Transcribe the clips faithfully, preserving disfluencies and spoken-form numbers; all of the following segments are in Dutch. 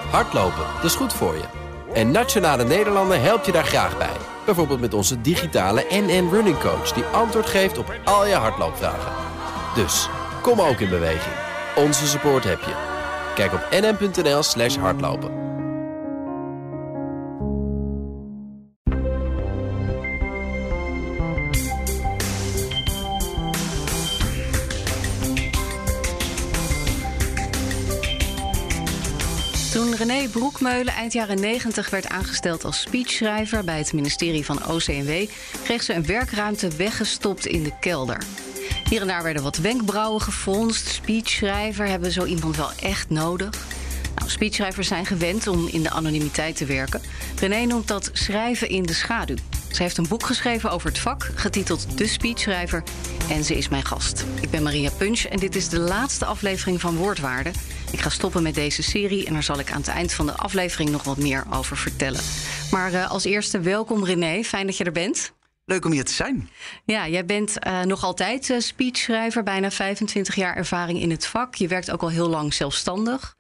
Hardlopen, dat is goed voor je. En Nationale Nederlanden helpt je daar graag bij. Bijvoorbeeld met onze digitale N N Running Coach... die antwoord geeft op al je hardloopvragen. Dus, kom ook in beweging. Onze support heb je. Kijk op nn.nl slash hardlopen. Toen René Broekmeulen eind jaren negentig werd aangesteld als speechschrijver bij het ministerie van O C M W, kreeg ze een werkruimte weggestopt in de kelder. Hier en daar werden wat wenkbrauwen gefronst. Speechschrijver, hebben zo iemand wel echt nodig? Nou, speechschrijvers zijn gewend om in de anonimiteit te werken. René noemt dat schrijven in de schaduw. Ze heeft een boek geschreven over het vak, getiteld De Speechschrijver. En ze is mijn gast. Ik ben Maria Punch en dit is de laatste aflevering van Woordwaarde. Ik ga stoppen met deze serie en daar zal ik aan het eind van de aflevering nog wat meer over vertellen. Maar uh, als eerste, welkom René. Fijn dat je er bent. Leuk om hier te zijn. Ja, jij bent uh, nog altijd uh, speechschrijver, bijna vijfentwintig jaar ervaring in het vak. Je werkt ook al heel lang zelfstandig.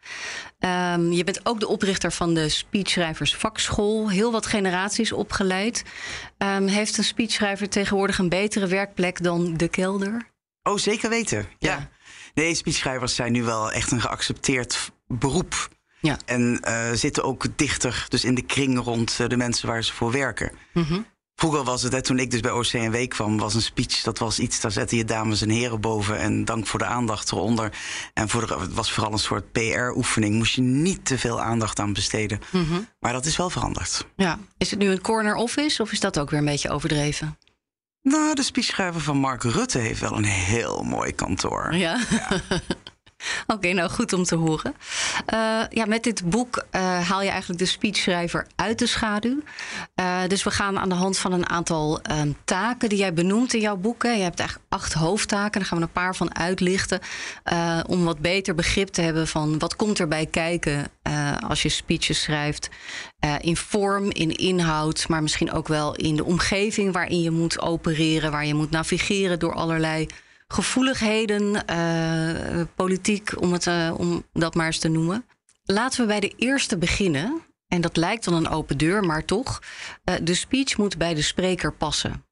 Um, je bent ook de oprichter van de Speechschrijvers Vakschool. Heel wat generaties opgeleid. Um, heeft een speechschrijver tegenwoordig een betere werkplek dan de kelder? Oh, zeker weten, ja. ja. Nee, speechschrijvers zijn nu wel echt een geaccepteerd beroep. Ja. En uh, zitten ook dichter dus in de kring rond uh, de mensen waar ze voor werken. Mm-hmm. Vroeger was het, hè, toen ik dus bij O C M W kwam, was een speech, dat was iets, daar zetten je dames en heren boven en dank voor de aandacht eronder. En voor de, het was vooral een soort P R-oefening, moest je niet te veel aandacht aan besteden. Mm-hmm. Maar dat is wel veranderd. Ja. Is het nu een corner office of is dat ook weer een beetje overdreven? Nou, de speechschrijver van Mark Rutte heeft wel een heel mooi kantoor. Ja? Ja. Oké, okay, nou goed om te horen. Uh, ja, met dit boek uh, haal je eigenlijk de speechschrijver uit de schaduw. Uh, dus we gaan aan de hand van een aantal uh, taken die jij benoemt in jouw boek. Hè. Je hebt eigenlijk acht hoofdtaken, daar gaan we een paar van uitlichten. Uh, om wat beter begrip te hebben van wat komt erbij kijken uh, als je speeches schrijft. Uh, in vorm, in inhoud, maar misschien ook wel in de omgeving waarin je moet opereren, waar je moet navigeren door allerlei gevoeligheden, uh, politiek, om, het, uh, om dat maar eens te noemen. Laten we bij de eerste beginnen. En dat lijkt dan een open deur, maar toch. Uh, de speech moet bij de spreker passen.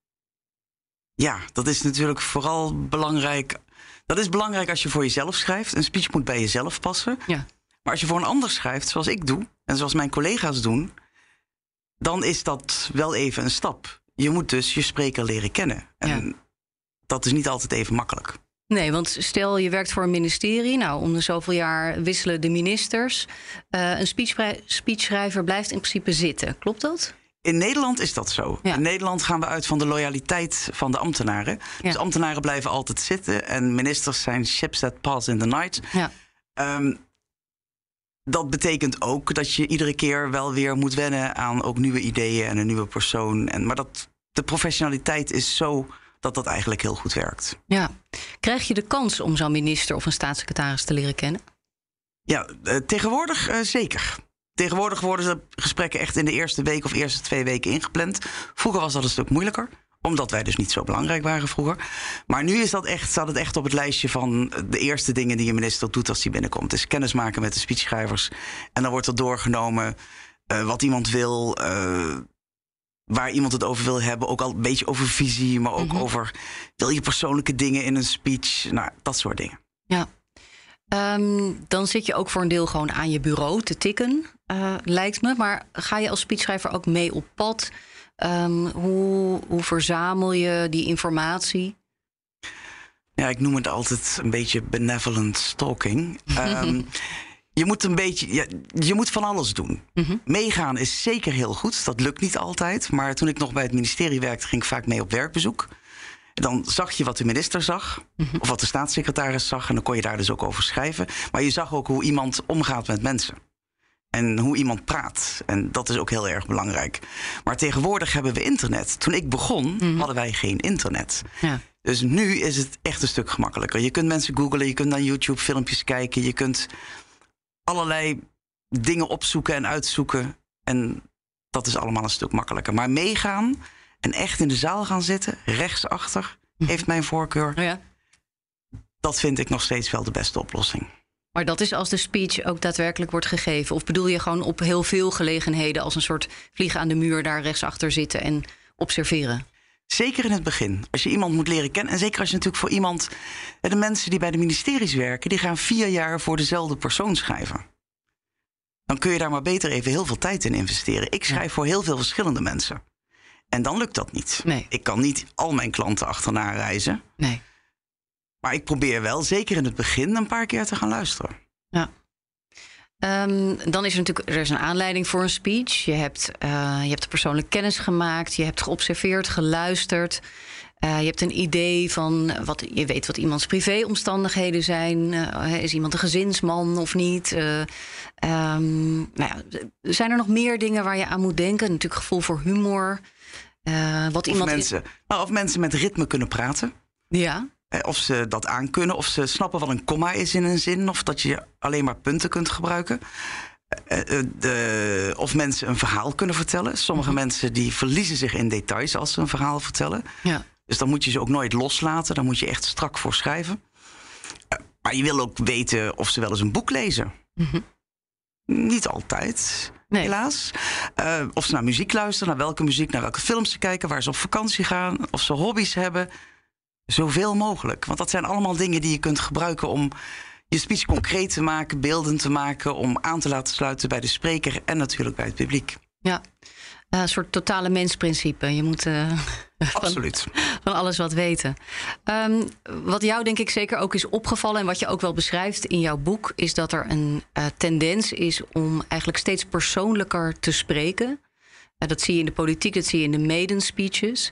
Ja, dat is natuurlijk vooral belangrijk. Dat is belangrijk als je voor jezelf schrijft. Een speech moet bij jezelf passen. Ja. Maar als je voor een ander schrijft, zoals ik doe, en zoals mijn collega's doen, dan is dat wel even een stap. Je moet dus je spreker leren kennen. En ja. Dat is niet altijd even makkelijk. Nee, want stel je werkt voor een ministerie. Nou, om de zoveel jaar wisselen de ministers. Uh, een speechschrij- speechschrijver blijft in principe zitten. Klopt dat? In Nederland is dat zo. Ja. In Nederland gaan we uit van de loyaliteit van de ambtenaren. Ja. Dus ambtenaren blijven altijd zitten. En ministers zijn ships that pass in the night. Ja. Um, dat betekent ook dat je iedere keer wel weer moet wennen aan ook nieuwe ideeën en een nieuwe persoon. En, maar dat, de professionaliteit is zo dat dat eigenlijk heel goed werkt. Ja. Krijg je de kans om zo'n minister of een staatssecretaris te leren kennen? Ja, uh, tegenwoordig uh, zeker. Tegenwoordig worden de gesprekken echt in de eerste week of eerste twee weken ingepland. Vroeger was dat een stuk moeilijker, omdat wij dus niet zo belangrijk waren vroeger. Maar nu is dat echt, staat het echt op het lijstje van de eerste dingen die een minister doet als hij binnenkomt. Dus kennis maken met de speechschrijvers. En dan wordt er doorgenomen uh, wat iemand wil, uh, waar iemand het over wil hebben. Ook al een beetje over visie, maar ook mm-hmm. over wil je persoonlijke dingen in een speech. Nou, dat soort dingen. Ja. Um, dan zit je ook voor een deel gewoon aan je bureau te tikken, uh, lijkt me. Maar ga je als speechschrijver ook mee op pad? Um, hoe, hoe verzamel je die informatie? Ja, ik noem het altijd een beetje benevolent stalking. Um, je moet een beetje, ja, je moet van alles doen. Mm-hmm. Meegaan is zeker heel goed. Dat lukt niet altijd. Maar toen ik nog bij het ministerie werkte, ging ik vaak mee op werkbezoek. Dan zag je wat de minister zag, mm-hmm. of wat de staatssecretaris zag. En dan kon je daar dus ook over schrijven. Maar je zag ook hoe iemand omgaat met mensen. En hoe iemand praat. En dat is ook heel erg belangrijk. Maar tegenwoordig hebben we internet. Toen ik begon, mm-hmm. hadden wij geen internet. Ja. Dus nu is het echt een stuk gemakkelijker. Je kunt mensen googlen, je kunt naar YouTube filmpjes kijken. Je kunt allerlei dingen opzoeken en uitzoeken. En dat is allemaal een stuk makkelijker. Maar meegaan en echt in de zaal gaan zitten, rechtsachter, heeft mijn voorkeur. Ja. Dat vind ik nog steeds wel de beste oplossing. Maar dat is als de speech ook daadwerkelijk wordt gegeven? Of bedoel je gewoon op heel veel gelegenheden als een soort vliegen aan de muur daar rechtsachter zitten en observeren? Zeker in het begin. Als je iemand moet leren kennen. En zeker als je natuurlijk voor iemand. De mensen die bij de ministeries werken, die gaan vier jaar voor dezelfde persoon schrijven. Dan kun je daar maar beter even heel veel tijd in investeren. Ik schrijf ja. voor heel veel verschillende mensen. En dan lukt dat niet. Nee. Ik kan niet al mijn klanten achterna reizen. Nee. Maar ik probeer wel, zeker in het begin, een paar keer te gaan luisteren. Ja. Um, dan is er natuurlijk er is een aanleiding voor een speech. Je hebt, uh, je hebt persoonlijk kennis gemaakt. Je hebt geobserveerd, geluisterd. Uh, je hebt een idee van wat je weet wat iemands privéomstandigheden zijn. Uh, is iemand een gezinsman of niet? Uh, um, nou ja, zijn er nog meer dingen waar je aan moet denken? Natuurlijk gevoel voor humor. Uh, wat of, iemand mensen, nou, of mensen met ritme kunnen praten. Ja. Of ze dat aankunnen, of ze snappen wat een komma is in een zin, of dat je alleen maar punten kunt gebruiken. Uh, de, of mensen een verhaal kunnen vertellen. Sommige mm-hmm. mensen die verliezen zich in details als ze een verhaal vertellen. Ja. Dus dan moet je ze ook nooit loslaten. Daar moet je echt strak voor schrijven. Uh, maar je wil ook weten of ze wel eens een boek lezen. Mm-hmm. Niet altijd, nee. helaas. Uh, of ze naar muziek luisteren, naar welke muziek, naar welke films ze kijken, waar ze op vakantie gaan, of ze hobby's hebben. Zoveel mogelijk. Want dat zijn allemaal dingen die je kunt gebruiken om je speech concreet te maken, beeldend te maken, om aan te laten sluiten bij de spreker en natuurlijk bij het publiek. Ja, uh, een soort totale mensprincipe. Je moet uh, Absoluut. Van, van alles wat weten. Um, wat jou denk ik zeker ook is opgevallen en wat je ook wel beschrijft in jouw boek, is dat er een uh, tendens is om eigenlijk steeds persoonlijker te spreken. Uh, dat zie je in de politiek, dat zie je in de maiden speeches.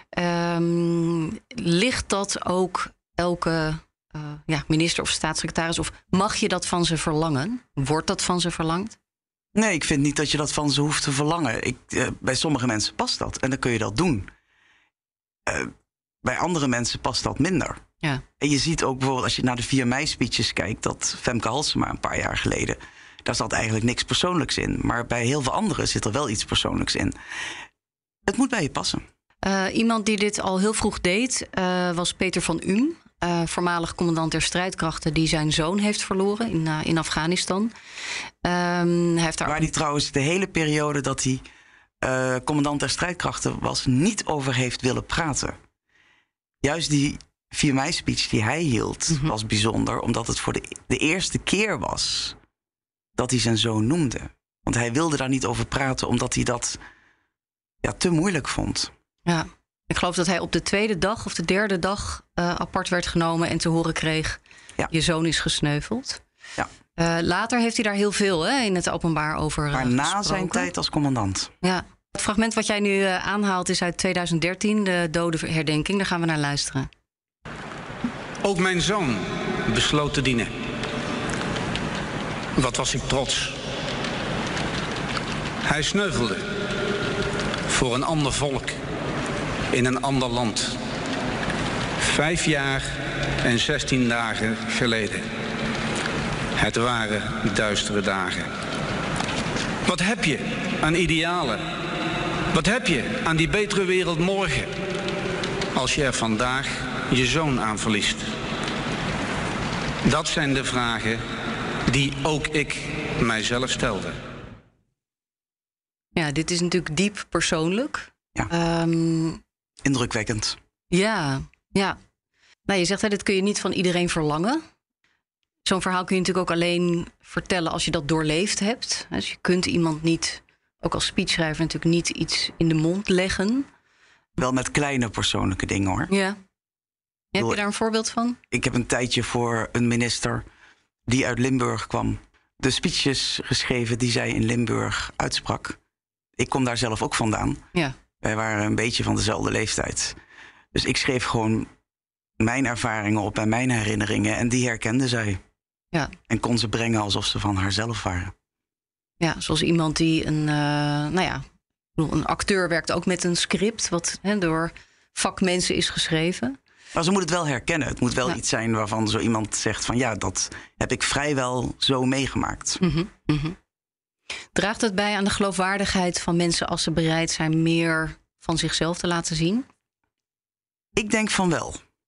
Um, ligt dat ook elke uh, ja, minister of staatssecretaris, of mag je dat van ze verlangen? Wordt dat van ze verlangd? Nee, ik vind niet dat je dat van ze hoeft te verlangen. Ik, uh, bij sommige mensen past dat en dan kun je dat doen. Uh, bij andere mensen past dat minder. Ja. En je ziet ook bijvoorbeeld als je naar de vier mei speeches kijkt, dat Femke Halsema een paar jaar geleden, daar zat eigenlijk niks persoonlijks in. Maar bij heel veel anderen zit er wel iets persoonlijks in. Het moet bij je passen. Uh, iemand die dit al heel vroeg deed, uh, was Peter van Uhm. Uh, voormalig commandant der strijdkrachten die zijn zoon heeft verloren in, uh, in Afghanistan. Um, hij heeft daar Waar hij trouwens de hele periode dat hij uh, commandant der strijdkrachten was, niet over heeft willen praten. Juist die vier mei speech die hij hield, mm-hmm. was bijzonder, omdat het voor de, de eerste keer was dat hij zijn zoon noemde. Want hij wilde daar niet over praten, omdat hij dat ja, te moeilijk vond. Ja, ik geloof dat hij op de tweede dag of de derde dag uh, apart werd genomen en te horen kreeg, ja. je zoon is gesneuveld. Ja. Uh, later heeft hij daar heel veel hè, in het openbaar over uh, Maar na gesproken. zijn tijd als commandant. Ja. Het fragment wat jij nu uh, aanhaalt is uit twintig dertien, de dodenherdenking. Daar gaan we naar luisteren. Ook mijn zoon besloot te dienen. Wat was ik trots. Hij sneuvelde voor een ander volk in een ander land. Vijf jaar en zestien dagen geleden. Het waren duistere dagen. Wat heb je aan idealen? Wat heb je aan die betere wereld morgen? Als je er vandaag je zoon aan verliest. Dat zijn de vragen die ook ik mijzelf stelde. Ja, dit is natuurlijk diep persoonlijk. Ja. Um, Indrukwekkend. Ja, ja. Nou, je zegt, hè, dit kun je niet van iedereen verlangen. Zo'n verhaal kun je natuurlijk ook alleen vertellen als je dat doorleefd hebt. Dus je kunt iemand niet, ook als speechschrijver natuurlijk niet iets in de mond leggen. Wel met kleine persoonlijke dingen hoor. Ja. Heb je daar een voorbeeld van? Ik heb een tijdje voor een minister die uit Limburg kwam de speeches geschreven die zij in Limburg uitsprak. Ik kom daar zelf ook vandaan. Ja. Wij waren een beetje van dezelfde leeftijd. Dus ik schreef gewoon mijn ervaringen op en mijn herinneringen. En die herkende zij. Ja. En kon ze brengen alsof ze van haarzelf waren. Ja, zoals iemand die een, uh, nou ja, een acteur werkt ook met een script wat hè, door vakmensen is geschreven. Maar ze moet het wel herkennen. Het moet wel ja. iets zijn waarvan zo iemand zegt van ja, dat heb ik vrijwel zo meegemaakt. Mm-hmm, mm-hmm. Draagt het bij aan de geloofwaardigheid van mensen als ze bereid zijn meer van zichzelf te laten zien? Ik denk van wel.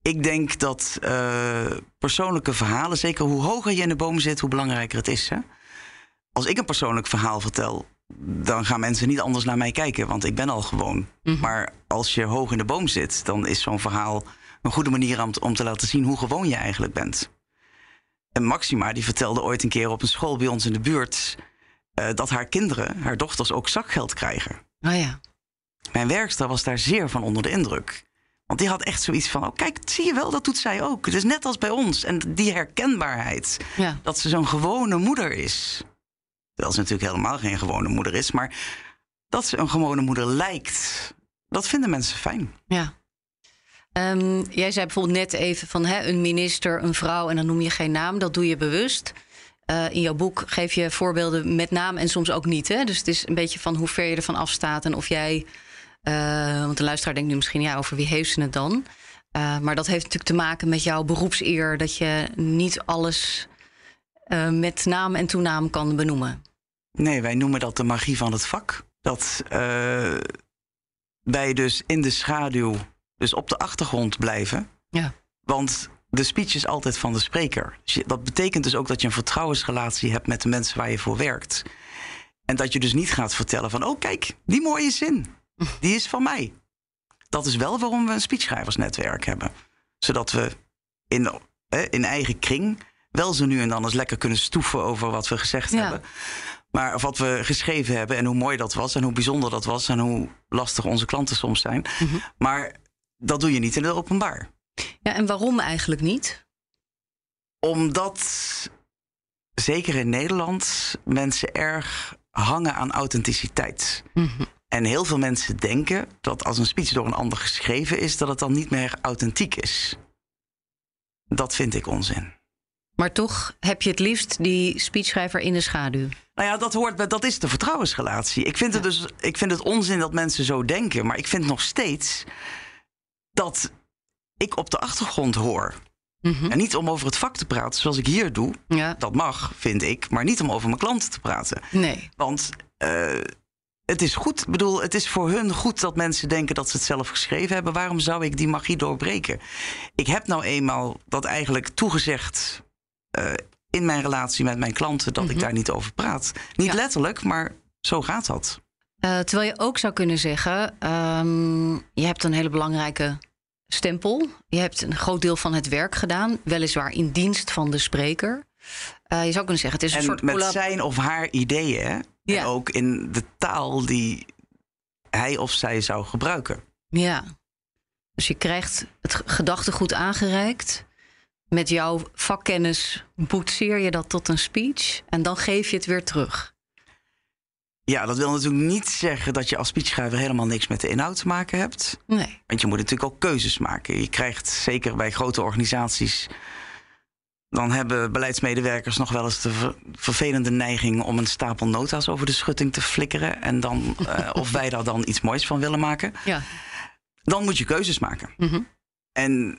Ik denk dat uh, persoonlijke verhalen, zeker hoe hoger je in de boom zit, hoe belangrijker het is. Hè? Als ik een persoonlijk verhaal vertel, dan gaan mensen niet anders naar mij kijken, want ik ben al gewoon. Mm-hmm. Maar als je hoog in de boom zit, dan is zo'n verhaal een goede manier om te, om te laten zien hoe gewoon je eigenlijk bent. En Maxima, die vertelde ooit een keer op een school bij ons in de buurt, uh, dat haar kinderen, haar dochters, ook zakgeld krijgen. Oh ja. Mijn werkster was daar zeer van onder de indruk. Want die had echt zoiets van, oh kijk, zie je wel, dat doet zij ook. Het is net als bij ons. En die herkenbaarheid, ja. dat ze zo'n gewone moeder is. Terwijl ze natuurlijk helemaal geen gewone moeder is. Maar dat ze een gewone moeder lijkt, dat vinden mensen fijn. Ja. Um, jij zei bijvoorbeeld net even van hè, een minister, een vrouw en dan noem je geen naam. Dat doe je bewust. Uh, in jouw boek geef je voorbeelden met naam en soms ook niet. Hè? Dus het is een beetje van hoe ver je ervan afstaat en of jij... Uh, want de luisteraar denkt nu misschien, ja, over wie heeft ze het dan? Uh, maar dat heeft natuurlijk te maken met jouw beroepseer, dat je niet alles uh, met naam en toenaam kan benoemen. Nee, wij noemen dat de magie van het vak. Dat uh, wij dus in de schaduw, dus op de achtergrond blijven. Ja. Want de speech is altijd van de spreker. Dus je, dat betekent dus ook dat je een vertrouwensrelatie hebt met de mensen waar je voor werkt. En dat je dus niet gaat vertellen van, oh kijk, die mooie zin. Die is van mij. Dat is wel waarom we een speechschrijversnetwerk hebben. Zodat we in, in eigen kring wel zo nu en dan eens lekker kunnen stoeven over wat we gezegd ja. hebben. Maar of wat we geschreven hebben en hoe mooi dat was en hoe bijzonder dat was en hoe lastig onze klanten soms zijn. Mm-hmm. Maar dat doe je niet in het openbaar. Ja, en waarom eigenlijk niet? Omdat, zeker in Nederland, mensen erg hangen aan authenticiteit. Mm-hmm. En heel veel mensen denken dat als een speech door een ander geschreven is, dat het dan niet meer authentiek is. Dat vind ik onzin. Maar toch heb je het liefst die speechschrijver in de schaduw. Nou ja, dat hoort bij, dat is de vertrouwensrelatie. Ik vind, ja. het dus, ik vind het onzin dat mensen zo denken. Maar ik vind nog steeds dat ik op de achtergrond hoor. Mm-hmm. En niet om over het vak te praten zoals ik hier doe. Ja. Dat mag, vind ik. Maar niet om over mijn klanten te praten. Nee. Want Uh, het is goed, ik bedoel, het is voor hun goed dat mensen denken dat ze het zelf geschreven hebben. Waarom zou ik die magie doorbreken? Ik heb nou eenmaal dat eigenlijk toegezegd uh, in mijn relatie met mijn klanten, dat mm-hmm. ik daar niet over praat. Niet ja. letterlijk, maar zo gaat dat. Uh, terwijl je ook zou kunnen zeggen, um, je hebt een hele belangrijke stempel. Je hebt een groot deel van het werk gedaan, weliswaar in dienst van de spreker. Uh, je zou kunnen zeggen, het is een en soort met collab- zijn of haar ideeën, hè? Ja. En ook in de taal die hij of zij zou gebruiken. Ja, dus je krijgt het gedachtegoed aangereikt. Met jouw vakkennis boetseer je dat tot een speech. En dan geef je het weer terug. Ja, dat wil natuurlijk niet zeggen dat je als speechschrijver helemaal niks met de inhoud te maken hebt. Nee. Want je moet natuurlijk ook keuzes maken. Je krijgt zeker bij grote organisaties, dan hebben beleidsmedewerkers nog wel eens de ver- vervelende neiging om een stapel nota's over de schutting te flikkeren. En dan, uh, of wij daar dan iets moois van willen maken. Ja. Dan moet je keuzes maken. Mm-hmm. En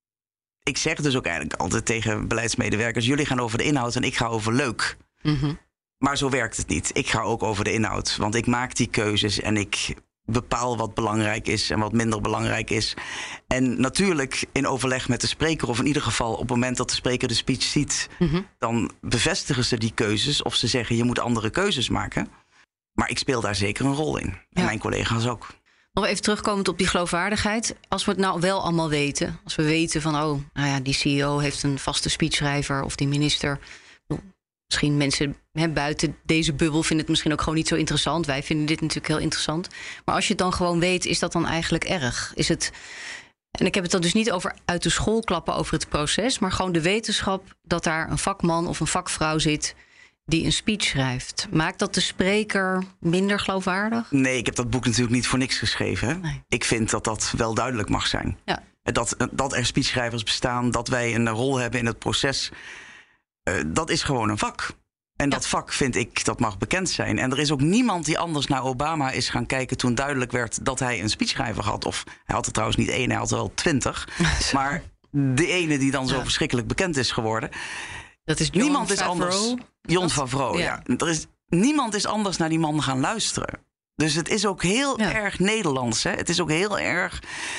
ik zeg dus ook eigenlijk altijd tegen beleidsmedewerkers, jullie gaan over de inhoud en ik ga over leuk. Mm-hmm. Maar zo werkt het niet. Ik ga ook over de inhoud. Want ik maak die keuzes en ik bepaal wat belangrijk is en wat minder belangrijk is. En natuurlijk in overleg met de spreker, of in ieder geval op het moment dat de spreker de speech ziet, mm-hmm. dan bevestigen ze die keuzes of ze zeggen je moet andere keuzes maken. Maar ik speel daar zeker een rol in. En ja. mijn collega's ook. Nog even terugkomend op die geloofwaardigheid. Als we het nou wel allemaal weten. Als we weten van, oh, nou ja, die C E O heeft een vaste speechschrijver of die minister. Misschien mensen hè, buiten deze bubbel vinden het misschien ook gewoon niet zo interessant. Wij vinden dit natuurlijk heel interessant. Maar als je het dan gewoon weet, is dat dan eigenlijk erg? Is het, en ik heb het dan dus niet over uit de school klappen over het proces, maar gewoon de wetenschap dat daar een vakman of een vakvrouw zit die een speech schrijft. Maakt dat de spreker minder geloofwaardig? Nee, ik heb dat boek natuurlijk niet voor niks geschreven. Hè? Nee. Ik vind dat dat wel duidelijk mag zijn. Ja. Dat, dat er speechschrijvers bestaan, dat wij een rol hebben in het proces, Uh, dat is gewoon een vak. En ja. dat vak, vind ik, dat mag bekend zijn. En er is ook niemand die anders naar Obama is gaan kijken toen duidelijk werd dat hij een speechschrijver had. Of hij had er trouwens niet één, hij had er wel twintig. Maar de ene die dan zo ja. verschrikkelijk bekend is geworden. Dat is John niemand is Favreau. anders. John Favreau, ja. ja. Er is, niemand is anders naar die man gaan luisteren. Dus het is ook heel ja. erg Nederlands. Hè? Het is ook heel erg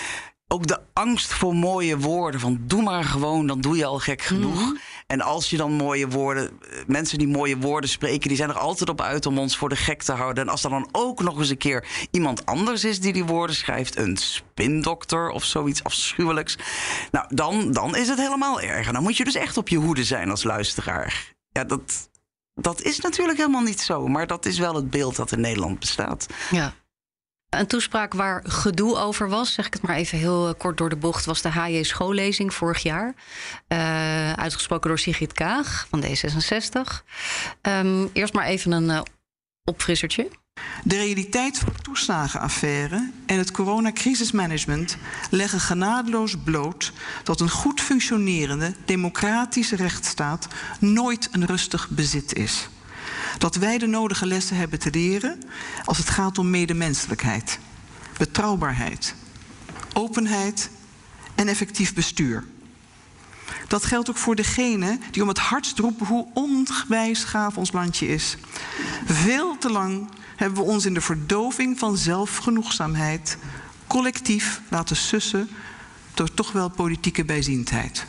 ook de angst voor mooie woorden. Van doe maar gewoon, dan doe je al gek genoeg. Mm-hmm. En als je dan mooie woorden... Mensen die mooie woorden spreken... die zijn er altijd op uit om ons voor de gek te houden. En als er dan ook nog eens een keer iemand anders is... die die woorden schrijft, een spindokter of zoiets afschuwelijks... nou, dan, dan is het helemaal erg. En dan moet je dus echt op je hoede zijn als luisteraar. Ja, dat, dat is natuurlijk helemaal niet zo. Maar dat is wel het beeld dat in Nederland bestaat. Ja. Een toespraak waar gedoe over was, zeg ik het maar even heel kort door de bocht... was de H J schoollezing vorig jaar. Uh, uitgesproken door Sigrid Kaag van D zesenzestig. Um, eerst maar even een uh, opfrissertje. De realiteit van de toeslagenaffaire en het coronacrisismanagement leggen genadeloos bloot dat een goed functionerende democratische rechtsstaat nooit een rustig bezit is. Dat wij de nodige lessen hebben te leren als het gaat om medemenselijkheid, betrouwbaarheid, openheid en effectief bestuur. Dat geldt ook voor degenen die om het hardst roepen hoe onwijs gaaf ons landje is. Veel te lang hebben we ons in de verdoving van zelfgenoegzaamheid collectief laten sussen door toch wel politieke bijziendheid.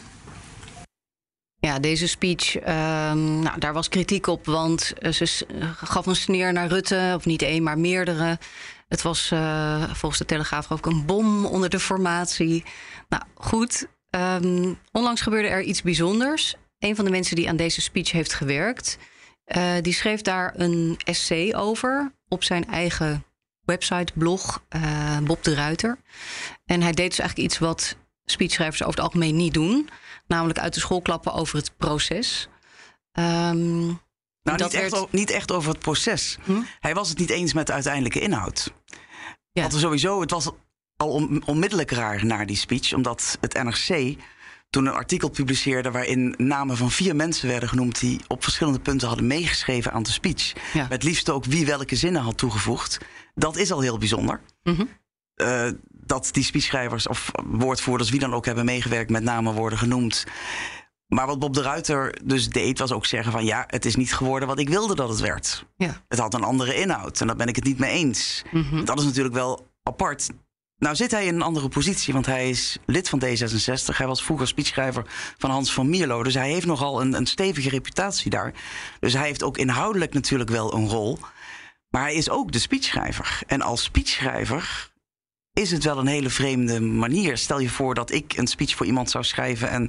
Ja, deze speech, uh, nou, daar was kritiek op, want uh, ze uh, gaf een sneer naar Rutte, of niet één, maar meerdere. Het was uh, volgens de Telegraaf ook een bom onder de formatie. Nou, goed. Um, onlangs gebeurde er iets bijzonders. Een van de mensen die aan deze speech heeft gewerkt, uh, die schreef daar een essay over op zijn eigen website, blog, uh, Bob de Ruiter. En hij deed dus eigenlijk iets wat speechschrijvers over het algemeen niet doen. Namelijk uit de school klappen over het proces. Um, nou, dat niet, werd... echt o- niet echt over het proces. Hm? Hij was het niet eens met de uiteindelijke inhoud. Ja. Want er sowieso, het was al on- onmiddellijk raar naar die speech. Omdat het N R C toen een artikel publiceerde waarin namen van vier mensen werden genoemd die op verschillende punten hadden meegeschreven aan de speech. Ja. Met liefst ook wie welke zinnen had toegevoegd. Dat is al heel bijzonder. Mm-hmm. Uh, dat die speechschrijvers of woordvoerders, wie dan ook, hebben meegewerkt, met name worden genoemd. Maar wat Bob de Ruiter dus deed, was ook zeggen van ja, het is niet geworden wat ik wilde dat het werd. Ja. Het had een andere inhoud en daar ben ik het niet mee eens. Mm-hmm. Dat is natuurlijk wel apart. Nou zit hij in een andere positie, want hij is lid van D zesenzestig. Hij was vroeger speechschrijver van Hans van Mierlo. Dus hij heeft nogal een, een stevige reputatie daar. Dus hij heeft ook inhoudelijk natuurlijk wel een rol. Maar hij is ook de speechschrijver. En als speechschrijver is het wel een hele vreemde manier. Stel je voor dat ik een speech voor iemand zou schrijven en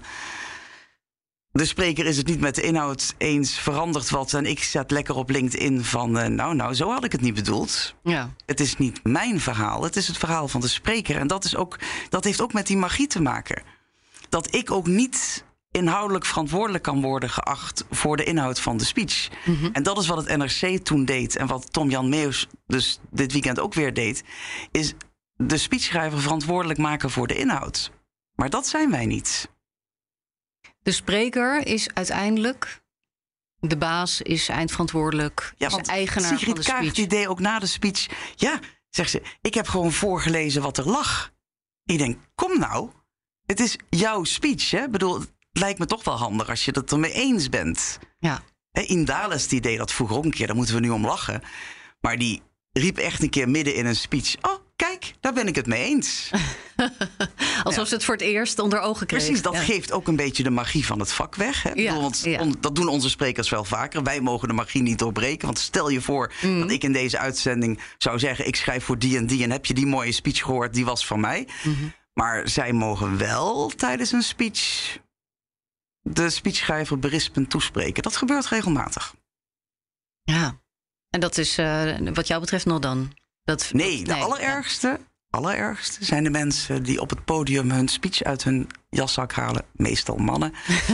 de spreker is het niet met de inhoud eens, verandert wat en ik zet lekker op LinkedIn van uh, nou, nou, zo had ik het niet bedoeld. Ja. Het is niet mijn verhaal, het is het verhaal van de spreker. En dat, is ook, dat heeft ook met die magie te maken. Dat ik ook niet inhoudelijk verantwoordelijk kan worden geacht voor de inhoud van de speech. Mm-hmm. En dat is wat het N R C toen deed en wat Tom-Jan Meeuws dus dit weekend ook weer deed, is de speechschrijver verantwoordelijk maken voor de inhoud. Maar dat zijn wij niet. De spreker is uiteindelijk, de baas is eindverantwoordelijk, ja, is de eigenaar Sigrid van de speech. Kaag die deed ook na de speech, ja, zegt ze, ik heb gewoon voorgelezen wat er lag. Ik denk, kom nou, het is jouw speech, hè? Ik bedoel, het lijkt me toch wel handig als je het ermee eens bent. Ja. Indales die deed dat vroeger ook een keer, daar moeten we nu om lachen. Maar die riep echt een keer midden in een speech, oh, kijk, daar ben ik het mee eens. Alsof ja. ze het voor het eerst onder ogen kreeg. Precies, dat ja. geeft ook een beetje de magie van het vak weg. Hè? Ja, want ja. on, dat doen onze sprekers wel vaker. Wij mogen de magie niet doorbreken. Want stel je voor mm. dat ik in deze uitzending zou zeggen, ik schrijf voor die en die en heb je die mooie speech gehoord, die was van mij. Mm-hmm. Maar zij mogen wel tijdens een speech de speechschrijver berispend toespreken. Dat gebeurt regelmatig. Ja, en dat is uh, wat jou betreft nog dan? Dat, nee, dat, de nee, allerergste, ja. allerergste zijn de mensen die op het podium hun speech uit hun jaszak halen. Meestal mannen.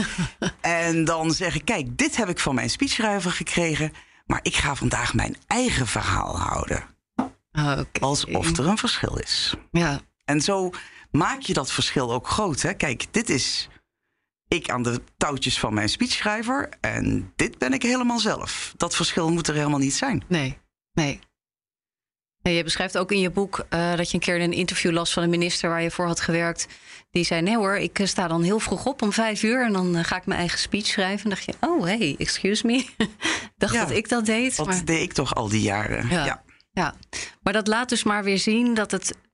En dan zeggen, kijk, dit heb ik van mijn speechschrijver gekregen, maar ik ga vandaag mijn eigen verhaal houden. Okay. Alsof er een verschil is. Ja. En zo maak je dat verschil ook groot. Hè? Kijk, dit is ik aan de touwtjes van mijn speechschrijver en dit ben ik helemaal zelf. Dat verschil moet er helemaal niet zijn. Nee, nee. Je beschrijft ook in je boek uh, dat je een keer in een interview las van een minister waar je voor had gewerkt. Die zei, nee hoor, ik sta dan heel vroeg op om vijf uur en dan uh, ga ik mijn eigen speech schrijven. En dacht je, oh hey, excuse me. dacht ja, dat ik dat deed. Dat maar... deed ik toch al die jaren. Ja, ja. ja, maar dat laat dus maar weer zien dat het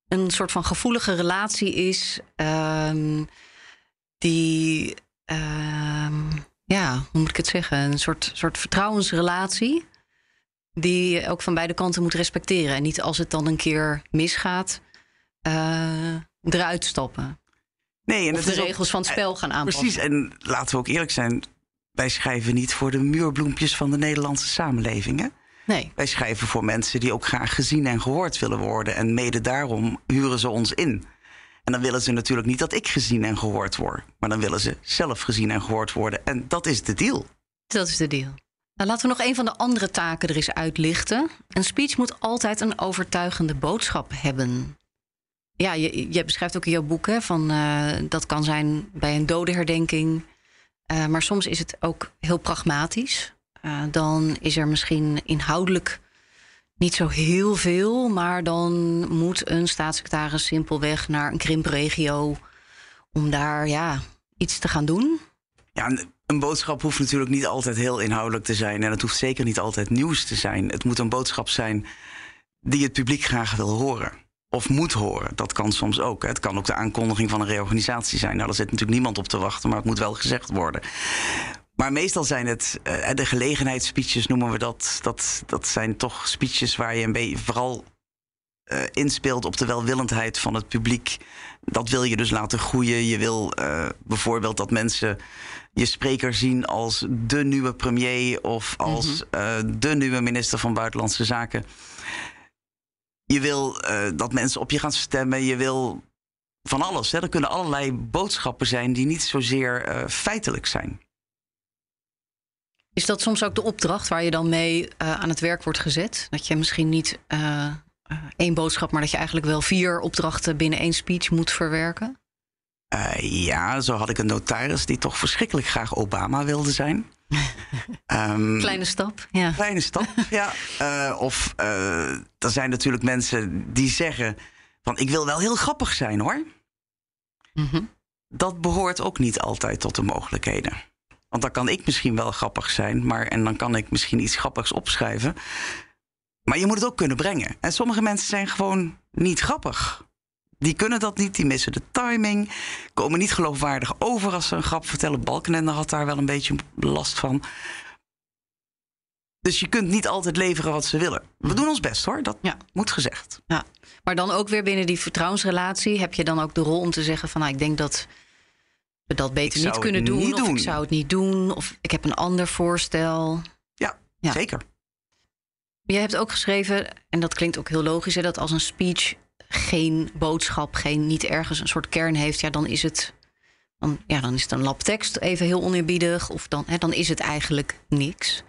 een soort van gevoelige relatie is. Um, die, um, ja, hoe moet ik het zeggen? Een soort, soort vertrouwensrelatie. Die je ook van beide kanten moet respecteren. En niet als het dan een keer misgaat, uh, eruit stappen. Nee, en of de regels ook van het spel gaan aanpassen. Precies, en laten we ook eerlijk zijn. Wij schrijven niet voor de muurbloempjes van de Nederlandse samenleving. Hè? Nee. Wij schrijven voor mensen die ook graag gezien en gehoord willen worden. En mede daarom huren ze ons in. En dan willen ze natuurlijk niet dat ik gezien en gehoord word. Maar dan willen ze zelf gezien en gehoord worden. En dat is de deal. Dat is de deal. Nou, laten we nog een van de andere taken er eens uitlichten. Een speech moet altijd een overtuigende boodschap hebben. Ja, je, je beschrijft ook in jouw boek, hè, van, uh, dat kan zijn bij een dodenherdenking. Uh, maar soms is het ook heel pragmatisch. Uh, dan is er misschien inhoudelijk niet zo heel veel, maar dan moet een staatssecretaris simpelweg naar een krimpregio om daar ja, iets te gaan doen. Ja, een boodschap hoeft natuurlijk niet altijd heel inhoudelijk te zijn. En het hoeft zeker niet altijd nieuws te zijn. Het moet een boodschap zijn die het publiek graag wil horen. Of moet horen. Dat kan soms ook. Het kan ook de aankondiging van een reorganisatie zijn. Nou, daar zit natuurlijk niemand op te wachten, maar het moet wel gezegd worden. Maar meestal zijn het uh, de gelegenheidsspeeches, noemen we dat. Dat, dat zijn toch speeches waar je een beetje vooral uh, inspeelt op de welwillendheid van het publiek. Dat wil je dus laten groeien. Je wil uh, bijvoorbeeld dat mensen je spreker zien als de nieuwe premier of als mm-hmm. uh, de nieuwe minister van Buitenlandse Zaken. Je wil uh, dat mensen op je gaan stemmen. Je wil van alles. Hè. Er kunnen allerlei boodschappen zijn die niet zozeer uh, feitelijk zijn. Is dat soms ook de opdracht waar je dan mee uh, aan het werk wordt gezet? Dat je misschien niet uh, uh, één boodschap, maar dat je eigenlijk wel vier opdrachten binnen één speech moet verwerken? Uh, ja, zo had ik een notaris die toch verschrikkelijk graag Obama wilde zijn. um, kleine stap, ja. Kleine stap, ja. Uh, of uh, er zijn natuurlijk mensen die zeggen van ik wil wel heel grappig zijn, hoor. Mm-hmm. Dat behoort ook niet altijd tot de mogelijkheden. Want dan kan ik misschien wel grappig zijn, maar en dan kan ik misschien iets grappigs opschrijven. Maar je moet het ook kunnen brengen. En sommige mensen zijn gewoon niet grappig. Die kunnen dat niet, die missen de timing. Komen niet geloofwaardig over als ze een grap vertellen. Balkenende had daar wel een beetje last van. Dus je kunt niet altijd leveren wat ze willen. We doen ons best, hoor. Dat ja. moet gezegd. Ja. Maar dan ook weer binnen die vertrouwensrelatie heb je dan ook de rol om te zeggen van nou, ik denk dat we dat beter niet kunnen doen. Niet of doen. ik zou het niet doen. Of ik heb een ander voorstel. Ja, ja. zeker. Je hebt ook geschreven, en dat klinkt ook heel logisch, hè, dat als een speech geen boodschap, geen, niet ergens een soort kern heeft, ja, dan is het, dan, ja, dan is het een lap tekst, even heel oneerbiedig, of dan, hè, dan is het eigenlijk niks.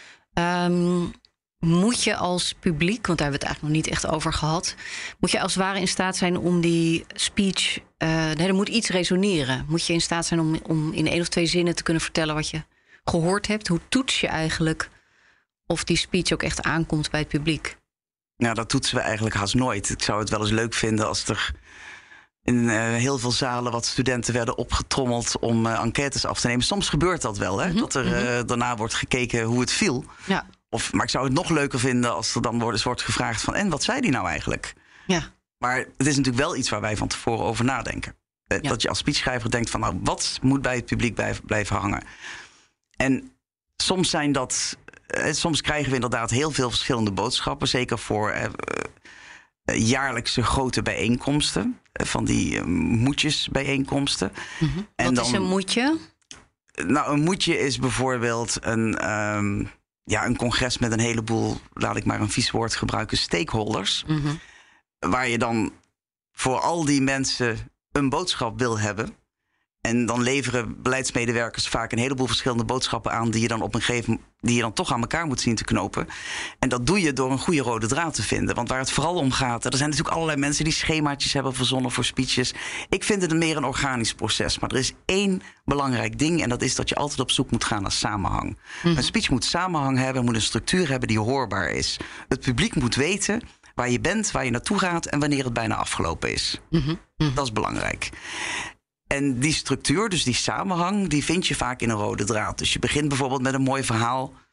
Um, moet je als publiek, want daar hebben we het eigenlijk nog niet echt over gehad, moet je als het ware in staat zijn om die speech, uh, nee, er moet iets resoneren. Moet je in staat zijn om, om in één of twee zinnen te kunnen vertellen wat je gehoord hebt. Hoe toets je eigenlijk of die speech ook echt aankomt bij het publiek? Nou, dat toetsen we eigenlijk haast nooit. Ik zou het wel eens leuk vinden als er in uh, heel veel zalen wat studenten werden opgetrommeld om uh, enquêtes af te nemen. Soms gebeurt dat wel, hè? Mm-hmm. Dat er uh, daarna wordt gekeken hoe het viel. Ja. Of, maar ik zou het nog leuker vinden als er dan wordt, wordt gevraagd van en wat zei die nou eigenlijk? Ja. Maar het is natuurlijk wel iets waar wij van tevoren over nadenken. Ja. Dat je als speechschrijver denkt van nou, wat moet bij het publiek blijven, blijven hangen? En soms zijn dat, eh, soms krijgen we inderdaad heel veel verschillende boodschappen. Zeker voor eh, eh, jaarlijkse grote bijeenkomsten. Eh, van die eh, moetjesbijeenkomsten. Mm-hmm. En wat dan, is een moetje? Nou, een moetje is bijvoorbeeld een, um, ja, een congres met een heleboel, laat ik maar een vies woord gebruiken, stakeholders. Mm-hmm. Waar je dan voor al die mensen een boodschap wil hebben. En dan leveren beleidsmedewerkers vaak een heleboel verschillende boodschappen aan die je dan op een gegeven moment, die je dan toch aan elkaar moet zien te knopen. En dat doe je door een goede rode draad te vinden. Want waar het vooral om gaat, er zijn natuurlijk allerlei mensen die schemaatjes hebben verzonnen voor speeches. Ik vind het meer een organisch proces. Maar er is één belangrijk ding en dat is dat je altijd op zoek moet gaan naar samenhang. Mm-hmm. Een speech moet samenhang hebben, moet een structuur hebben die hoorbaar is. Het publiek moet weten waar je bent, waar je naartoe gaat en wanneer het bijna afgelopen is. Mm-hmm. Mm-hmm. Dat is belangrijk. En die structuur, dus die samenhang, die vind je vaak in een rode draad. Dus je begint bijvoorbeeld met een mooi verhaal.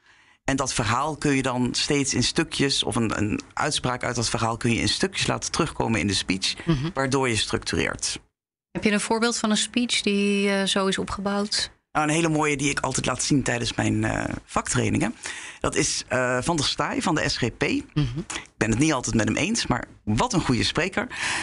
En dat verhaal kun je dan steeds in stukjes, of een, een uitspraak uit dat verhaal kun je in stukjes laten terugkomen in de speech, mm-hmm. waardoor je structureert. Heb je een voorbeeld van een speech die uh, zo is opgebouwd? Nou, een hele mooie die ik altijd laat zien tijdens mijn uh, vaktrainingen. Dat is uh, Van der Staaij van de S G P. Mm-hmm. Ik ben het niet altijd met hem eens, maar wat een goede spreker.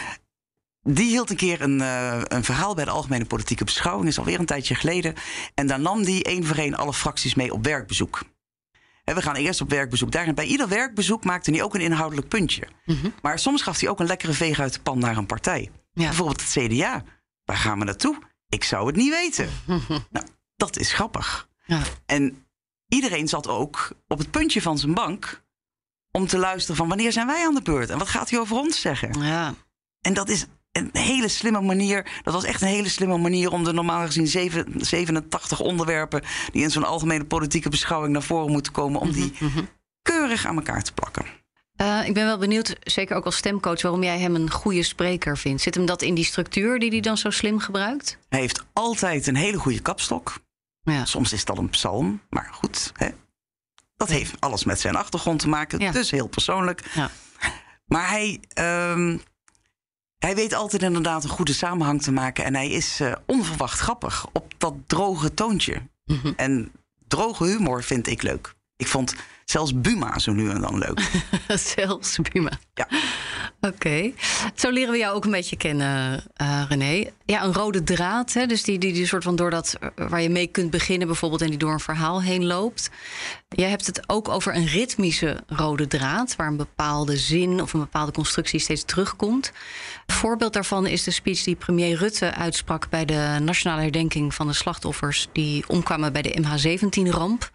Die hield een keer een, uh, een verhaal bij de Algemene Politieke Beschouwing. Is alweer een tijdje geleden. En daar nam hij één voor één alle fracties mee op werkbezoek. En we gaan eerst op werkbezoek daar. En bij ieder werkbezoek maakte hij ook een inhoudelijk puntje. Mm-hmm. Maar soms gaf hij ook een lekkere veeg uit de pan naar een partij. Ja. Bijvoorbeeld het C D A. Waar gaan we naartoe? Ik zou het niet weten. Nou, dat is grappig. Ja. En iedereen zat ook op het puntje van zijn bank om te luisteren van wanneer zijn wij aan de beurt? En wat gaat hij over ons zeggen? Ja. En dat is een hele slimme manier. Dat was echt een hele slimme manier om de normaal gezien zevenentachtig onderwerpen die in zo'n algemene politieke beschouwing naar voren moeten komen, om die mm-hmm. keurig aan elkaar te plakken. Uh, ik ben wel benieuwd, zeker ook als stemcoach, waarom jij hem een goede spreker vindt. Zit hem dat in die structuur die hij dan zo slim gebruikt? Hij heeft altijd een hele goede kapstok. Ja. Soms is dat een psalm, maar goed. Hè? Dat heeft alles met zijn achtergrond te maken, ja. Dus heel persoonlijk. Ja. Maar hij, um, hij weet altijd inderdaad een goede samenhang te maken. En hij is uh, onverwacht grappig op dat droge toontje. Mm-hmm. En droge humor vind ik leuk. Ik vond zelfs Buma zo nu en dan leuk. Zelfs Buma. Ja. Oké. Okay. Zo leren we jou ook een beetje kennen, uh, René. Ja, een rode draad. Hè? Dus die, die, die soort van door dat waar je mee kunt beginnen bijvoorbeeld en die door een verhaal heen loopt. Jij hebt het ook over een ritmische rode draad, waar een bepaalde zin of een bepaalde constructie steeds terugkomt. Een voorbeeld daarvan is de speech die premier Rutte uitsprak bij de nationale herdenking van de slachtoffers die omkwamen bij de M H zeventien-ramp.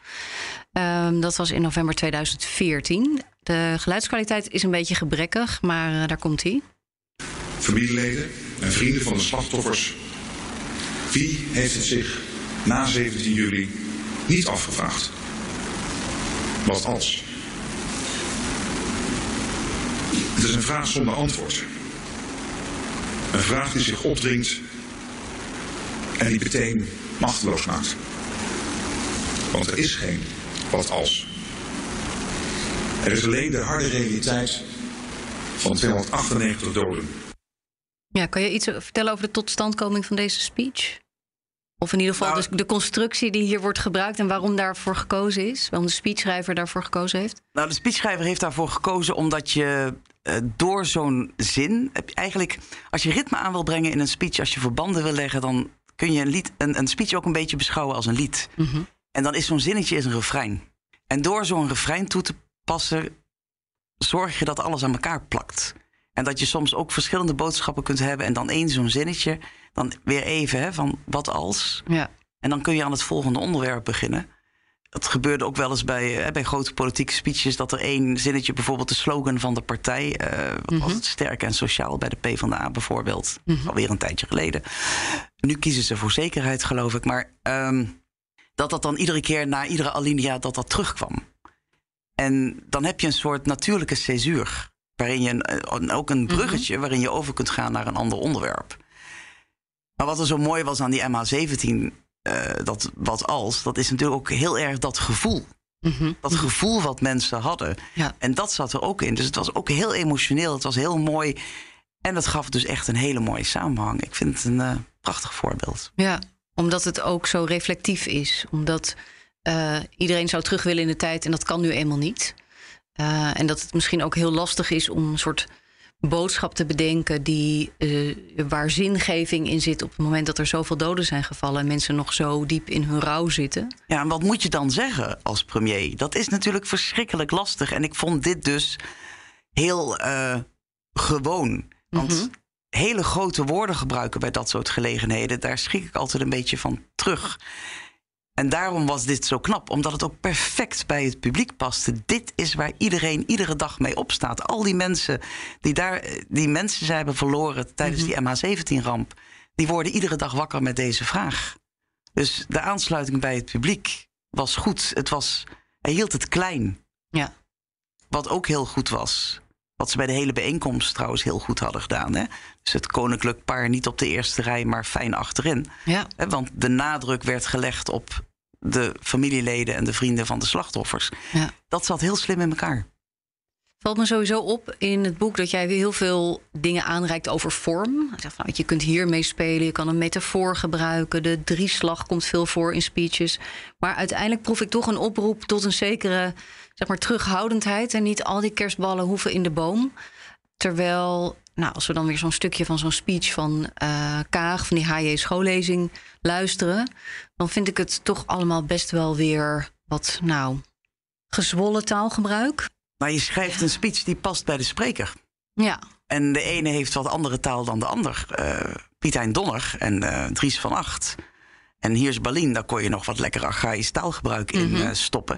Um, dat was in november tweeduizend veertien. De geluidskwaliteit is een beetje gebrekkig, maar uh, daar komt hij. Familieleden en vrienden van de slachtoffers. Wie heeft het zich na zeventien juli niet afgevraagd? Wat als? Het is een vraag zonder antwoord. Een vraag die zich opdringt en die meteen machteloos maakt. Want er is geen wat als. Er is alleen de harde realiteit van tweehonderdachtennegentig doden. Ja, kan je iets vertellen over de totstandkoming van deze speech? Of in ieder geval nou, de, de constructie die hier wordt gebruikt en waarom daarvoor gekozen is? Waarom de speechschrijver daarvoor gekozen heeft? Nou, de speechschrijver heeft daarvoor gekozen omdat je uh, door zo'n zin, heb je eigenlijk, als je ritme aan wil brengen in een speech, als je verbanden wil leggen, dan kun je een, lied, een, een speech ook een beetje beschouwen als een lied. Mm-hmm. En dan is zo'n zinnetje is een refrein. En door zo'n refrein toe te passen, zorg je dat alles aan elkaar plakt. En dat je soms ook verschillende boodschappen kunt hebben en dan één zo'n zinnetje, dan weer even hè, van wat als. Ja. En dan kun je aan het volgende onderwerp beginnen. Dat gebeurde ook wel eens bij, hè, bij grote politieke speeches, dat er één zinnetje, bijvoorbeeld de slogan van de partij, uh, wat mm-hmm. was het, sterk en sociaal bij de PvdA bijvoorbeeld, mm-hmm. alweer een tijdje geleden. Nu kiezen ze voor zekerheid, geloof ik, maar um, dat dat dan iedere keer na iedere alinea dat dat terugkwam. En dan heb je een soort natuurlijke césuur, waarin je een, ook een bruggetje, mm-hmm. waarin je over kunt gaan naar een ander onderwerp. Maar wat er zo mooi was aan die M H zeventien, uh, dat wat als, dat is natuurlijk ook heel erg dat gevoel. Mm-hmm. Dat gevoel wat mensen hadden. Ja. En dat zat er ook in. Dus het was ook heel emotioneel, het was heel mooi. En dat gaf dus echt een hele mooie samenhang. Ik vind het een uh, prachtig voorbeeld. Ja, omdat het ook zo reflectief is. Omdat uh, iedereen zou terug willen in de tijd en dat kan nu eenmaal niet. Uh, en dat het misschien ook heel lastig is om een soort boodschap te bedenken die, uh, waar zingeving in zit op het moment dat er zoveel doden zijn gevallen en mensen nog zo diep in hun rouw zitten. Ja, en wat moet je dan zeggen als premier? Dat is natuurlijk verschrikkelijk lastig. En ik vond dit dus heel uh, gewoon. Want mm-hmm. hele grote woorden gebruiken bij dat soort gelegenheden, daar schrik ik altijd een beetje van terug. En daarom was dit zo knap, omdat het ook perfect bij het publiek paste. Dit is waar iedereen iedere dag mee opstaat. Al die mensen die daar die mensen ze hebben verloren tijdens mm-hmm. die M H zeventien-ramp, die worden iedere dag wakker met deze vraag. Dus de aansluiting bij het publiek was goed. Het was, hij hield het klein. Ja. Wat ook heel goed was. Wat ze bij de hele bijeenkomst trouwens heel goed hadden gedaan. Hè? Dus het koninklijk paar niet op de eerste rij, maar fijn achterin. Ja. Want de nadruk werd gelegd op de familieleden en de vrienden van de slachtoffers. Ja. Dat zat heel slim in elkaar. Valt me sowieso op in het boek dat jij heel veel dingen aanreikt over vorm. Hij zegt van, je kunt hiermee spelen, je kan een metafoor gebruiken. De drieslag komt veel voor in speeches. Maar uiteindelijk proef ik toch een oproep tot een zekere, zeg maar, terughoudendheid. En niet al die kerstballen hoeven in de boom. Terwijl, nou, als we dan weer zo'n stukje van zo'n speech van uh, Kaag, van die H J schoollezing, luisteren, dan vind ik het toch allemaal best wel weer wat, nou, gezwollen taalgebruik. Maar je schrijft een speech die past bij de spreker. Ja. En de ene heeft wat andere taal dan de ander. Uh, Piet Hein Donner en uh, Dries van Acht. En hier is Berlin, daar kon je nog wat lekker archaïsch taalgebruik in mm-hmm. uh, stoppen.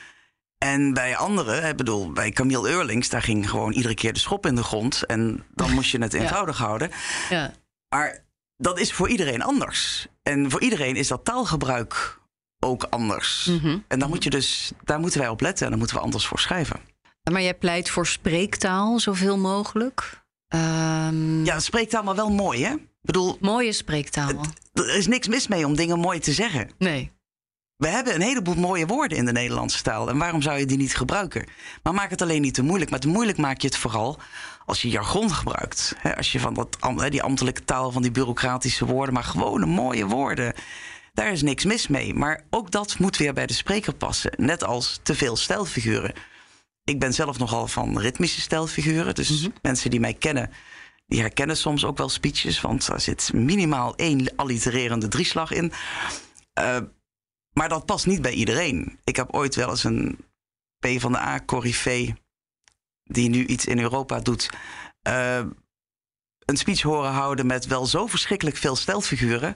En bij anderen, ik bedoel, bij Camille Eurlings, daar ging gewoon iedere keer de schop in de grond. En dan moest je het eenvoudig ja. houden. Ja. Maar dat is voor iedereen anders. En voor iedereen is dat taalgebruik ook anders. Mm-hmm. En dan moet je dus, daar moeten wij op letten en daar moeten we anders voor schrijven. Maar jij pleit voor spreektaal zoveel mogelijk? Um... Ja, spreektaal, maar wel mooi, hè? Ik bedoel, mooie spreektaal. Het, er is niks mis mee om dingen mooi te zeggen. Nee. We hebben een heleboel mooie woorden in de Nederlandse taal. En waarom zou je die niet gebruiken? Maar maak het alleen niet te moeilijk. Maar te moeilijk maak je het vooral als je jargon gebruikt. He, als je van dat, die ambtelijke taal, van die bureaucratische woorden, maar gewone mooie woorden. Daar is niks mis mee. Maar ook dat moet weer bij de spreker passen. Net als te veel stijlfiguren. Ik ben zelf nogal van ritmische stijlfiguren. Dus mm-hmm. mensen die mij kennen, die herkennen soms ook wel speeches. Want er zit minimaal één allitererende drieslag in. Uh, maar dat past niet bij iedereen. Ik heb ooit wel eens een PvdA-corrivee, die nu iets in Europa doet, Uh, een speech horen houden met wel zo verschrikkelijk veel stijlfiguren,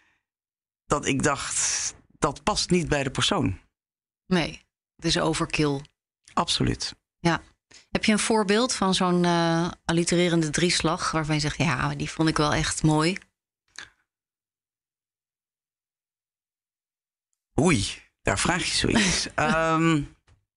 dat ik dacht, dat past niet bij de persoon. Nee, het is overkill. Absoluut. Ja. Heb je een voorbeeld van zo'n uh, allitererende drieslag waarvan je zegt, ja, die vond ik wel echt mooi? Oei, daar vraag je zoiets. um,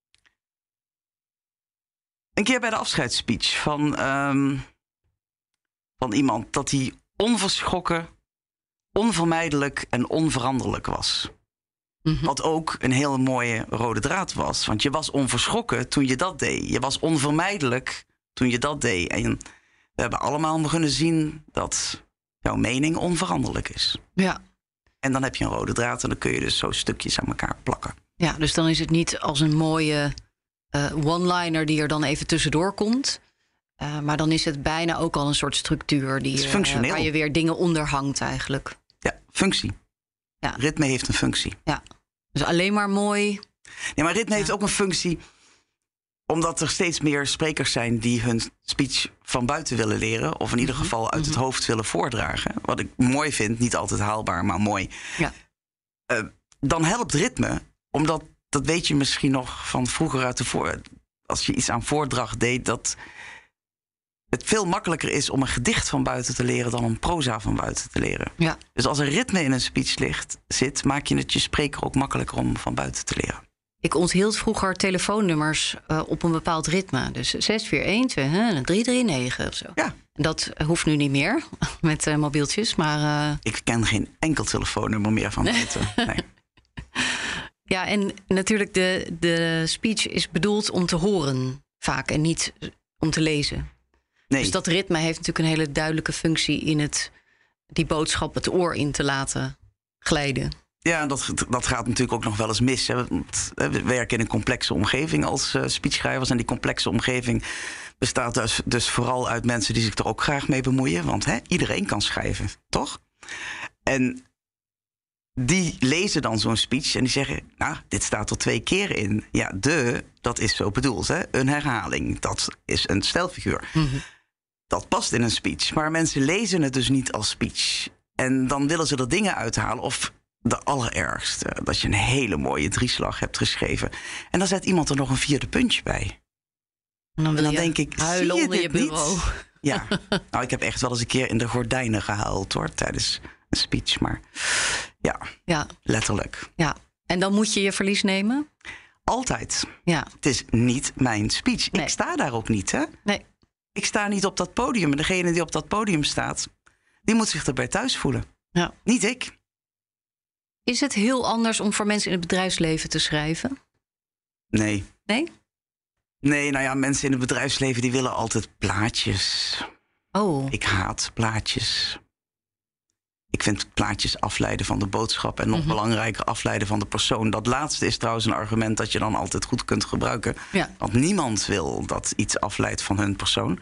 een keer bij de afscheidsspeech van, um, van iemand, dat hij onverschrokken, onvermijdelijk en onveranderlijk was. Mm-hmm. Wat ook een hele mooie rode draad was. Want je was onverschrokken toen je dat deed. Je was onvermijdelijk toen je dat deed. En we hebben allemaal kunnen zien dat jouw mening onveranderlijk is. Ja. En dan heb je een rode draad en dan kun je dus zo stukjes aan elkaar plakken. Ja, dus dan is het niet als een mooie uh, one-liner die er dan even tussendoor komt. Uh, maar dan is het bijna ook al een soort structuur die, het is functioneel. Uh, waar je weer dingen onder hangt eigenlijk. Ja, functie. Ja. Ritme heeft een functie. Ja, dus alleen maar mooi. Nee, maar ritme ja. heeft ook een functie omdat er steeds meer sprekers zijn die hun speech van buiten willen leren. Of in ieder geval uit mm-hmm. het hoofd willen voordragen. Wat ik mooi vind, niet altijd haalbaar, maar mooi. Ja. Uh, dan helpt ritme, omdat, dat weet je misschien nog van vroeger uit de voor. Als je iets aan voordracht deed, dat het veel makkelijker is om een gedicht van buiten te leren dan een proza van buiten te leren. Ja. Dus als er ritme in een speech ligt, zit, maak je het je spreker ook makkelijker om van buiten te leren. Ik onthield vroeger telefoonnummers uh, op een bepaald ritme. Dus zes vier een twee drie drie negen of zo. Ja. Dat hoeft nu niet meer met uh, mobieltjes, maar Uh... Ik ken geen enkel telefoonnummer meer van buiten. Nee. Ja, en natuurlijk de, de speech is bedoeld om te horen vaak en niet om te lezen. Nee. Dus dat ritme heeft natuurlijk een hele duidelijke functie in het die boodschap het oor in te laten glijden. Ja, dat, dat gaat natuurlijk ook nog wel eens mis. Hè. We werken in een complexe omgeving als uh, speechschrijvers. En die complexe omgeving bestaat dus, dus vooral uit mensen die zich er ook graag mee bemoeien. Want hè, iedereen kan schrijven, toch? En die lezen dan zo'n speech en die zeggen, nou, dit staat er twee keer in. Ja, de, dat is zo bedoeld, hè? Een herhaling. Dat is een stijlfiguur. Mm-hmm. Dat past in een speech. Maar mensen lezen het dus niet als speech. En dan willen ze er dingen uithalen. Of de allerergste, dat je een hele mooie drieslag hebt geschreven. En dan zet iemand er nog een vierde puntje bij. En dan, wil en dan je denk ik, huilen zie je onder dit je bureau. Niet? Ja, nou, ik heb echt wel eens een keer in de gordijnen gehuild, hoor, tijdens een speech. Maar ja, ja. letterlijk. Ja, en dan moet je je verlies nemen? Altijd. Ja. Het is niet mijn speech. Nee. Ik sta daar ook niet, hè? Nee. Ik sta niet op dat podium. En degene die op dat podium staat, die moet zich erbij thuis voelen. Ja. Niet ik. Is het heel anders om voor mensen in het bedrijfsleven te schrijven? Nee. Nee? Nee, nou ja, mensen in het bedrijfsleven die willen altijd plaatjes. Oh. Ik haat plaatjes. Ik vind plaatjes afleiden van de boodschap en nog mm-hmm. belangrijker afleiden van de persoon. Dat laatste is trouwens een argument dat je dan altijd goed kunt gebruiken. Ja. Want niemand wil dat iets afleidt van hun persoon.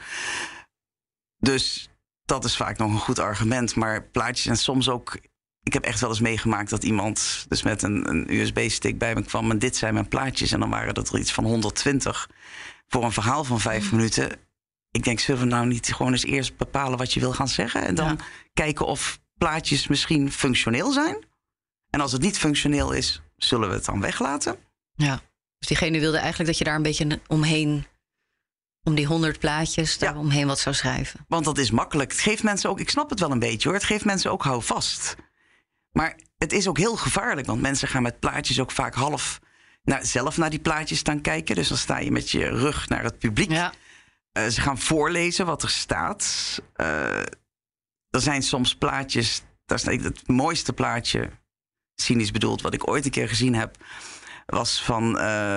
Dus dat is vaak nog een goed argument. Maar plaatjes en soms ook... Ik heb echt wel eens meegemaakt dat iemand dus met een, een U S B-stick bij me kwam. En dit zijn mijn plaatjes. En dan waren dat er iets van honderdtwintig voor een verhaal van vijf mm. minuten. Ik denk, zullen we nou niet gewoon eens eerst bepalen wat je wil gaan zeggen? En dan ja. kijken of plaatjes misschien functioneel zijn. En als het niet functioneel is, zullen we het dan weglaten? Ja, dus diegene wilde eigenlijk dat je daar een beetje omheen... om die honderd plaatjes, daar ja. omheen wat zou schrijven. Want dat is makkelijk. Het geeft mensen ook, ik snap het wel een beetje hoor, het geeft mensen ook houvast. Maar het is ook heel gevaarlijk, want mensen gaan met plaatjes ook vaak half naar, zelf naar die plaatjes staan kijken. Dus dan sta je met je rug naar het publiek. Ja. Uh, ze gaan voorlezen wat er staat. Uh, er zijn soms plaatjes, dat is het mooiste plaatje, cynisch bedoeld, wat ik ooit een keer gezien heb, was van uh,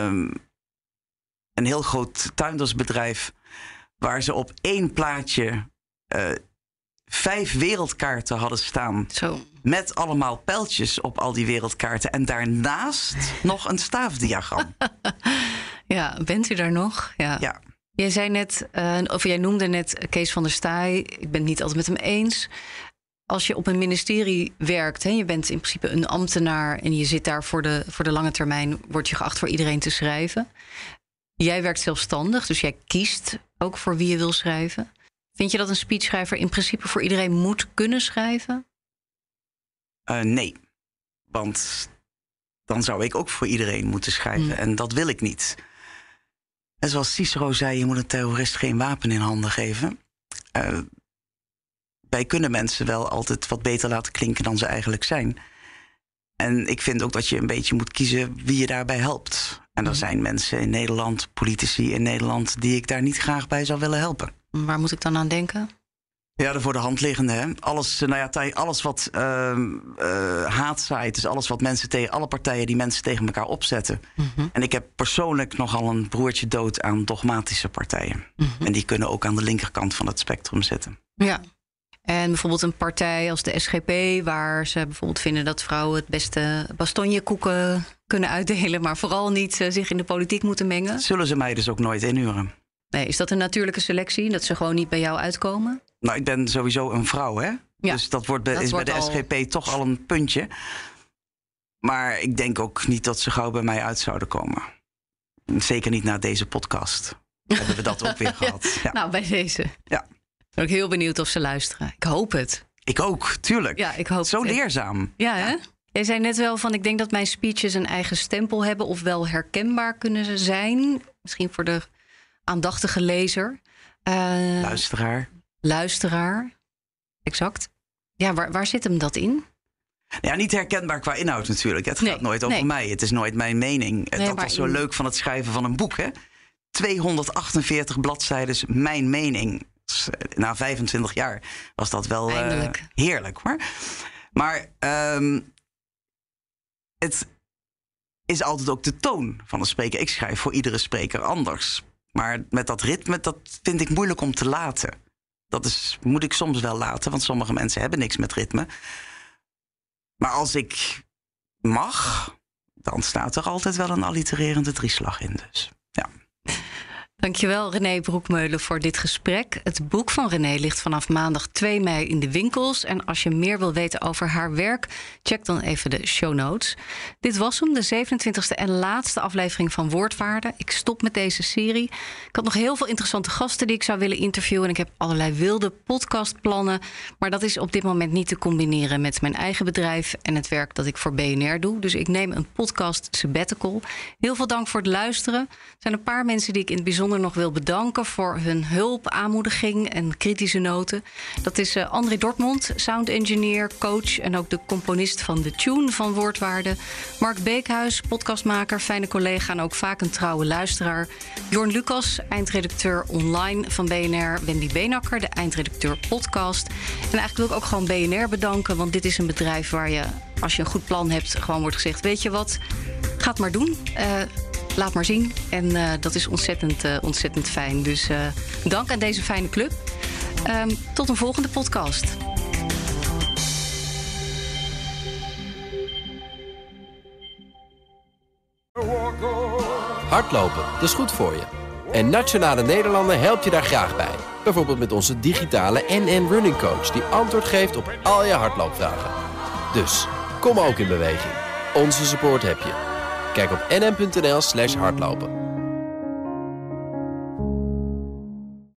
een heel groot tuindersbedrijf, waar ze op één plaatje uh, vijf wereldkaarten hadden staan. Zo. Met allemaal pijltjes op al die wereldkaarten. En daarnaast nog een staafdiagram. Ja, bent u daar nog? Ja. ja. Jij zei net, uh, of jij noemde net Kees van der Staaij. Ik ben het niet altijd met hem eens. Als je op een ministerie werkt, hè, je bent in principe een ambtenaar en je zit daar voor de, voor de lange termijn, word je geacht voor iedereen te schrijven. Jij werkt zelfstandig, dus jij kiest ook voor wie je wil schrijven. Vind je dat een speechschrijver in principe voor iedereen moet kunnen schrijven? Uh, nee, want dan zou ik ook voor iedereen moeten schrijven. Mm. En dat wil ik niet. En zoals Cicero zei, je moet een terrorist geen wapen in handen geven. Uh, wij kunnen mensen wel altijd wat beter laten klinken dan ze eigenlijk zijn. En ik vind ook dat je een beetje moet kiezen wie je daarbij helpt. En er mm. zijn mensen in Nederland, politici in Nederland, die ik daar niet graag bij zou willen helpen. Waar moet ik dan aan denken? Ja, de voor de hand liggende. Hè? Alles, nou ja, alles wat uh, uh, haat zaait, dus alles wat mensen tegen, alle partijen die mensen tegen elkaar opzetten. Mm-hmm. En ik heb persoonlijk nogal een broertje dood aan dogmatische partijen. Mm-hmm. En die kunnen ook aan de linkerkant van het spectrum zitten. Ja. En bijvoorbeeld een partij als de S G P, waar ze bijvoorbeeld vinden dat vrouwen het beste bastonjekoeken kunnen uitdelen, maar vooral niet uh, zich in de politiek moeten mengen. Zullen ze mij dus ook nooit inhuren? Nee, is dat een natuurlijke selectie? Dat ze gewoon niet bij jou uitkomen? Nou, ik ben sowieso een vrouw, hè? Ja, dus dat, wordt bij, dat is wordt bij de al... S G P toch al een puntje. Maar ik denk ook niet dat ze gauw bij mij uit zouden komen. Zeker niet na deze podcast. Hebben we dat ook weer gehad. Ja. Ja. Nou, bij deze. Ja. Ben ik heel benieuwd of ze luisteren. Ik hoop het. Ik ook, tuurlijk. Ja, ik hoop Zo het. leerzaam. Ja, hè? Ja. Jij zei net wel van, ik denk dat mijn speeches een eigen stempel hebben, of wel herkenbaar kunnen ze zijn. Misschien voor de aandachtige lezer. Uh, luisteraar. Luisteraar. Exact. Ja, waar, waar zit hem dat in? Ja, niet herkenbaar qua inhoud natuurlijk. Het nee, gaat nooit over nee. mij. Het is nooit mijn mening. Nee, dat was zo in... leuk van het schrijven van een boek, hè? tweehonderdachtenveertig bladzijden, mijn mening. Na vijfentwintig jaar was dat wel uh, heerlijk, hoor. Maar um, het is altijd ook de toon van een spreker. Ik schrijf voor iedere spreker anders. Maar met dat ritme, dat vind ik moeilijk om te laten. Dat is, moet ik soms wel laten, want sommige mensen hebben niks met ritme. Maar als ik mag, dan staat er altijd wel een allitererende drieslag in. Dus ja. Dankjewel René Broekmeulen voor dit gesprek. Het boek van René ligt vanaf maandag twee mei in de winkels. En als je meer wil weten over haar werk, check dan even de show notes. Dit was hem, de zevenentwintigste en laatste aflevering van Woordwaarde. Ik stop met deze serie. Ik had nog heel veel interessante gasten die ik zou willen interviewen. En ik heb allerlei wilde podcastplannen. Maar dat is op dit moment niet te combineren met mijn eigen bedrijf en het werk dat ik voor B N R doe. Dus ik neem een podcast sabbatical. Heel veel dank voor het luisteren. Er zijn een paar mensen die ik in het bijzonder bijzonder nog wil bedanken voor hun hulp, aanmoediging en kritische noten. Dat is uh, André Dortmund, sound engineer, coach en ook de componist van de tune van Woordwaarde. Mark Beekhuis, podcastmaker, fijne collega en ook vaak een trouwe luisteraar. Jorn Lucas, eindredacteur online van B N R. Wendy Beenakker, de eindredacteur podcast. En eigenlijk wil ik ook gewoon B N R bedanken, want dit is een bedrijf waar je, als je een goed plan hebt, gewoon wordt gezegd, weet je wat, ga het maar doen. Uh, laat maar zien. En uh, dat is ontzettend, uh, ontzettend fijn. Dus uh, dank aan deze fijne club. Um, tot een volgende podcast. Hardlopen, dat is goed voor je. En Nationale Nederlanden helpt je daar graag bij. Bijvoorbeeld met onze digitale N N Running Coach, die antwoord geeft op al je hardloopvragen. Dus, kom ook in beweging. Onze support heb je. Kijk op n n punt n l slash hardlopen.